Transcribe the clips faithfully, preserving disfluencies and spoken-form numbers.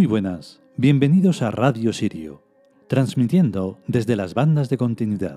Muy buenas, bienvenidos a Radio Sirio, transmitiendo desde las bandas de continuidad.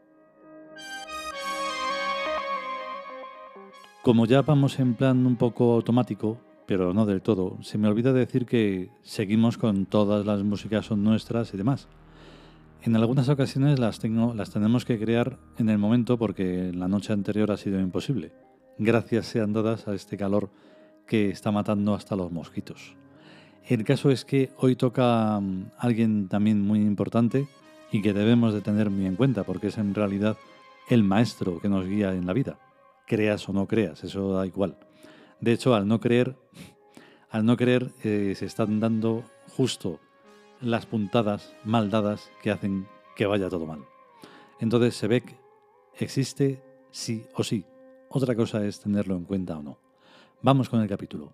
Como ya vamos en plan un poco automático, pero no del todo, se me olvida decir que seguimos con todas las músicas son nuestras y demás. En algunas ocasiones las, tengo, las tenemos que crear en el momento porque la noche anterior ha sido imposible. Gracias sean dadas a este calor que está matando hasta los mosquitos. El caso es que hoy toca um, alguien también muy importante y que debemos de tener muy en cuenta porque es en realidad el maestro que nos guía en la vida. Creas o no creas, eso da igual. De hecho, al no creer, al no creer eh, se están dando justo las puntadas mal dadas que hacen que vaya todo mal. Entonces Sebek existe sí o sí. Otra cosa es tenerlo en cuenta o no. Vamos con el capítulo.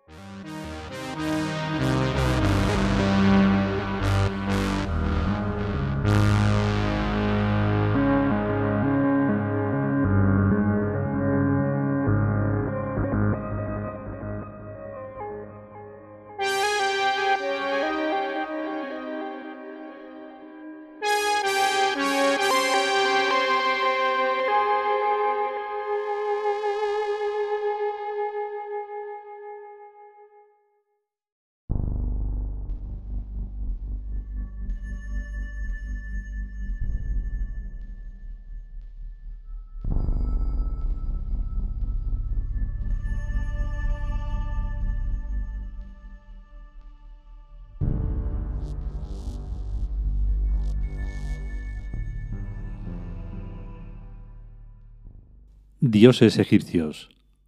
Dioses egipcios.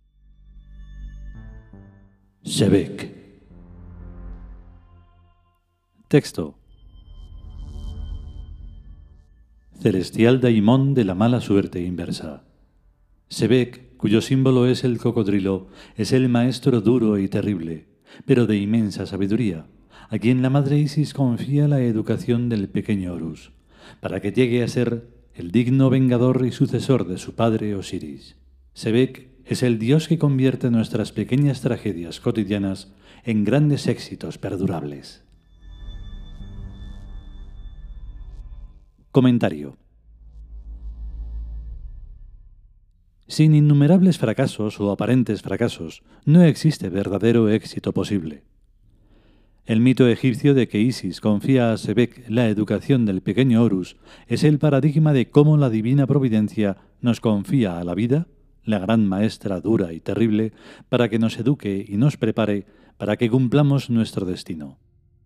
Sebek. Texto. Celestial daimón de la mala suerte inversa. Sebek, cuyo símbolo es el cocodrilo, es el maestro duro y terrible, pero de inmensa sabiduría, a quien la madre Isis confía la educación del pequeño Horus, para que llegue a ser el digno vengador y sucesor de su padre Osiris. Sebek es el dios que convierte nuestras pequeñas tragedias cotidianas en grandes éxitos perdurables. Comentario. Sin innumerables fracasos o aparentes fracasos, no existe verdadero éxito posible. El mito egipcio de que Isis confía a Sebek la educación del pequeño Horus es el paradigma de cómo la divina providencia nos confía a la vida, la gran maestra dura y terrible, para que nos eduque y nos prepare para que cumplamos nuestro destino.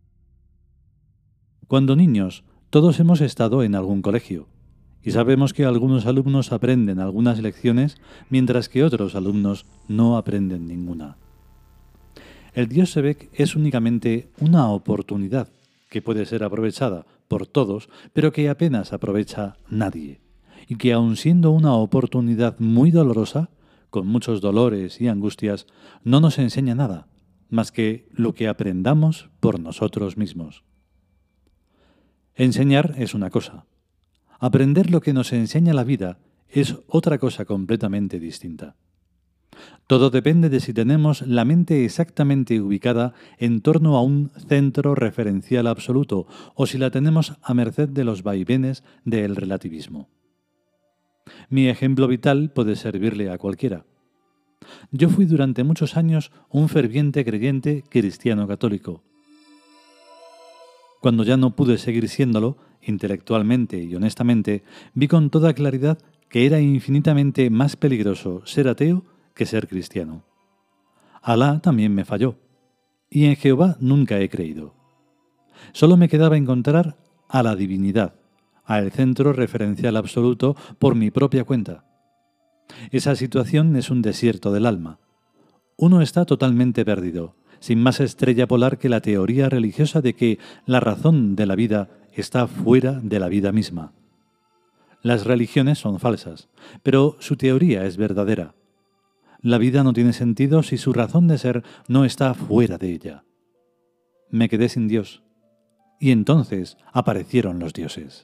Cuando niños, todos hemos estado en algún colegio, y sabemos que algunos alumnos aprenden algunas lecciones, mientras que otros alumnos no aprenden ninguna. El dios Sebek es únicamente una oportunidad que puede ser aprovechada por todos, pero que apenas aprovecha nadie, y que aun siendo una oportunidad muy dolorosa, con muchos dolores y angustias, no nos enseña nada, más que lo que aprendamos por nosotros mismos. Enseñar es una cosa. Aprender lo que nos enseña la vida es otra cosa completamente distinta. Todo depende de si tenemos la mente exactamente ubicada en torno a un centro referencial absoluto o si la tenemos a merced de los vaivenes del relativismo. Mi ejemplo vital puede servirle a cualquiera. Yo fui durante muchos años un ferviente creyente cristiano católico. Cuando ya no pude seguir siéndolo, intelectualmente y honestamente, vi con toda claridad que era infinitamente más peligroso ser ateo que ser cristiano. Alá también me falló, y en Jehová nunca he creído. Solo me quedaba encontrar a la divinidad, al centro referencial absoluto por mi propia cuenta. Esa situación es un desierto del alma. Uno está totalmente perdido, sin más estrella polar que la teoría religiosa de que la razón de la vida está fuera de la vida misma. Las religiones son falsas, pero su teoría es verdadera. La vida no tiene sentido si su razón de ser no está fuera de ella. Me quedé sin Dios, y entonces aparecieron los dioses.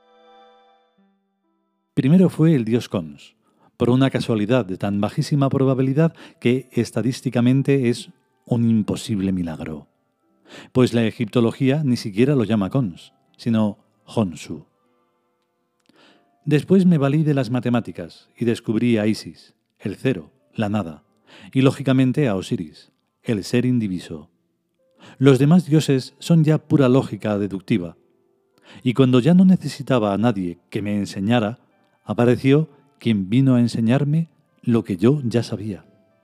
Primero fue el dios Cons, por una casualidad de tan bajísima probabilidad que estadísticamente es un imposible milagro. pues la egiptología ni siquiera lo llama Cons, sino Honsu. Después me valí de las matemáticas y descubrí a Isis, el cero, la nada, y lógicamente a Osiris, el ser indiviso. Los demás dioses son ya pura lógica deductiva, y cuando ya no necesitaba a nadie que me enseñara, apareció quien vino a enseñarme lo que yo ya sabía.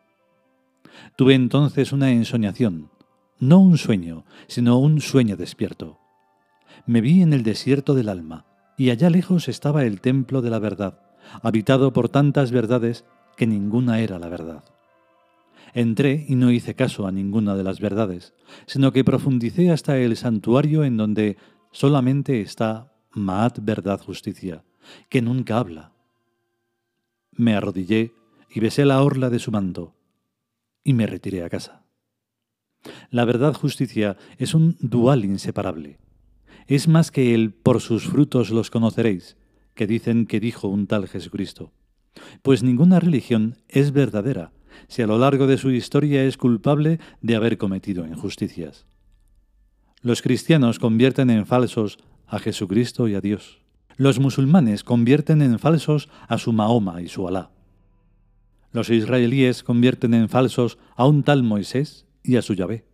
Tuve entonces una ensoñación, no un sueño, sino un sueño despierto. Me vi en el desierto del alma, y allá lejos estaba el templo de la verdad, habitado por tantas verdades que ninguna era la verdad. Entré y no hice caso a ninguna de las verdades, sino que profundicé hasta el santuario en donde solamente está Maat Verdad Justicia, que nunca habla. Me arrodillé y besé la orla de su manto, y me retiré a casa. La verdad justicia es un dual inseparable. Es más que el por sus frutos los conoceréis, que dicen que dijo un tal Jesucristo. Pues ninguna religión es verdadera si a lo largo de su historia es culpable de haber cometido injusticias. Los cristianos convierten en falsos a Jesucristo y a Dios. Los musulmanes convierten en falsos a su Mahoma y su Alá. Los israelíes convierten en falsos a un tal Moisés y a su Yahvé.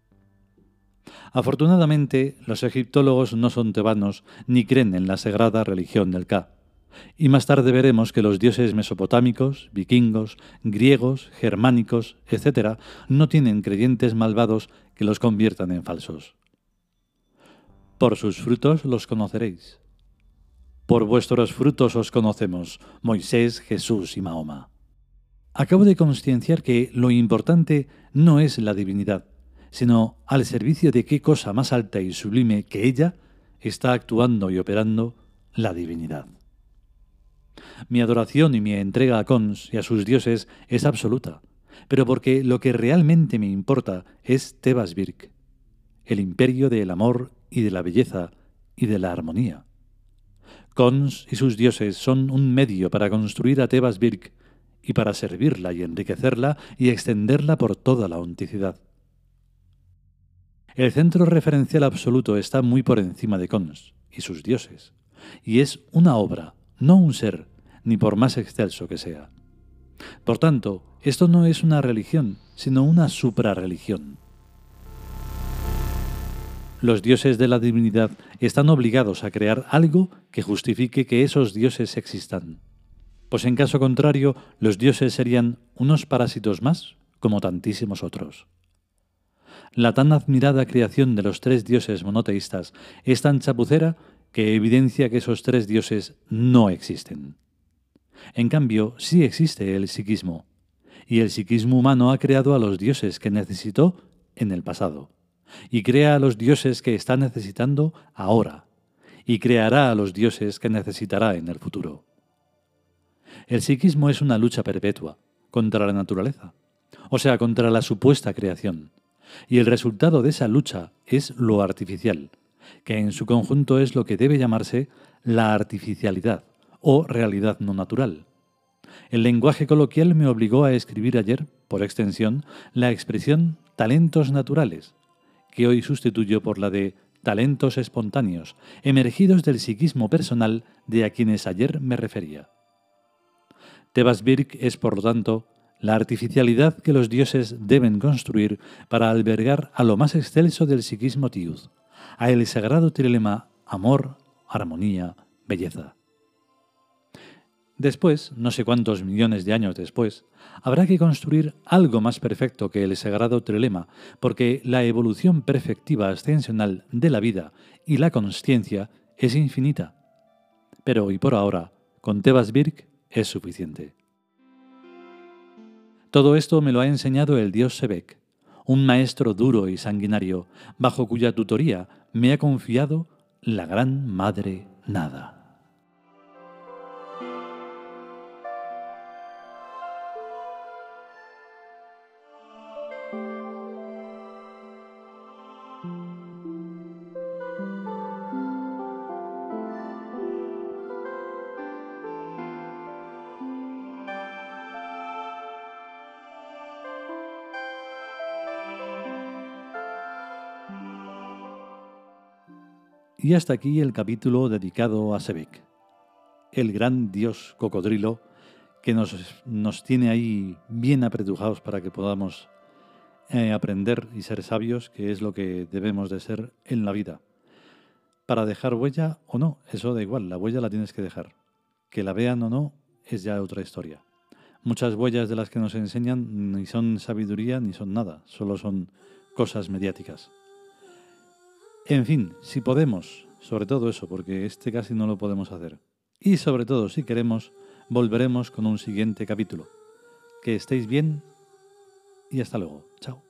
Afortunadamente, los egiptólogos no son tebanos ni creen en la sagrada religión del Ka. Y más tarde veremos que los dioses mesopotámicos, vikingos, griegos, germánicos, etcétera, no tienen creyentes malvados que los conviertan en falsos. Por sus frutos los conoceréis. Por vuestros frutos os conocemos, Moisés, Jesús y Mahoma. Acabo de conscienciar que lo importante no es la divinidad, sino al servicio de qué cosa más alta y sublime que ella está actuando y operando la divinidad. Mi adoración y mi entrega a Cons y a sus dioses es absoluta, pero porque lo que realmente me importa es Tebas Birk, el imperio del amor y de la belleza y de la armonía. Cons y sus dioses son un medio para construir a Tebas Birk y para servirla y enriquecerla y extenderla por toda la onticidad. El centro referencial absoluto está muy por encima de Cons y sus dioses, y es una obra, no un ser, ni por más excelso que sea. Por tanto, esto no es una religión, sino una suprarreligión. Los dioses de la divinidad están obligados a crear algo que justifique que esos dioses existan. Pues en caso contrario, los dioses serían unos parásitos más, como tantísimos otros. La tan admirada creación de los tres dioses monoteístas es tan chapucera que evidencia que esos tres dioses no existen. En cambio, sí existe el psiquismo, y el psiquismo humano ha creado a los dioses que necesitó en el pasado, y crea a los dioses que está necesitando ahora, y creará a los dioses que necesitará en el futuro. El psiquismo es una lucha perpetua contra la naturaleza, o sea, contra la supuesta creación, y el resultado de esa lucha es lo artificial, que en su conjunto es lo que debe llamarse la artificialidad o realidad no natural. El lenguaje coloquial me obligó a escribir ayer, por extensión, la expresión talentos naturales, que hoy sustituyo por la de talentos espontáneos, emergidos del psiquismo personal de a quienes ayer me refería. Tebas Birk es, por lo tanto, la artificialidad que los dioses deben construir para albergar a lo más excelso del psiquismo tiud, a el sagrado trilema amor, armonía, belleza. Después, no sé cuántos millones de años después, habrá que construir algo más perfecto que el sagrado trilema, porque la evolución perfectiva ascensional de la vida y la consciencia es infinita. Pero hoy por ahora, con Tebas Birk es suficiente. Todo esto me lo ha enseñado el dios Sebek, un maestro duro y sanguinario, bajo cuya tutoría me ha confiado la gran madre Nada. Y hasta aquí el capítulo dedicado a Sebek, el gran dios cocodrilo que nos, nos tiene ahí bien apretujados para que podamos eh, aprender y ser sabios, que es lo que debemos de ser en la vida. Para dejar huella o no, eso da igual, la huella la tienes que dejar. Que la vean o no es ya otra historia. Muchas huellas de las que nos enseñan ni son sabiduría ni son nada, solo son cosas mediáticas. En fin, si podemos, sobre todo eso, porque este casi no lo podemos hacer. Y sobre todo, si queremos, volveremos con un siguiente capítulo. Que estéis bien y hasta luego. Chao.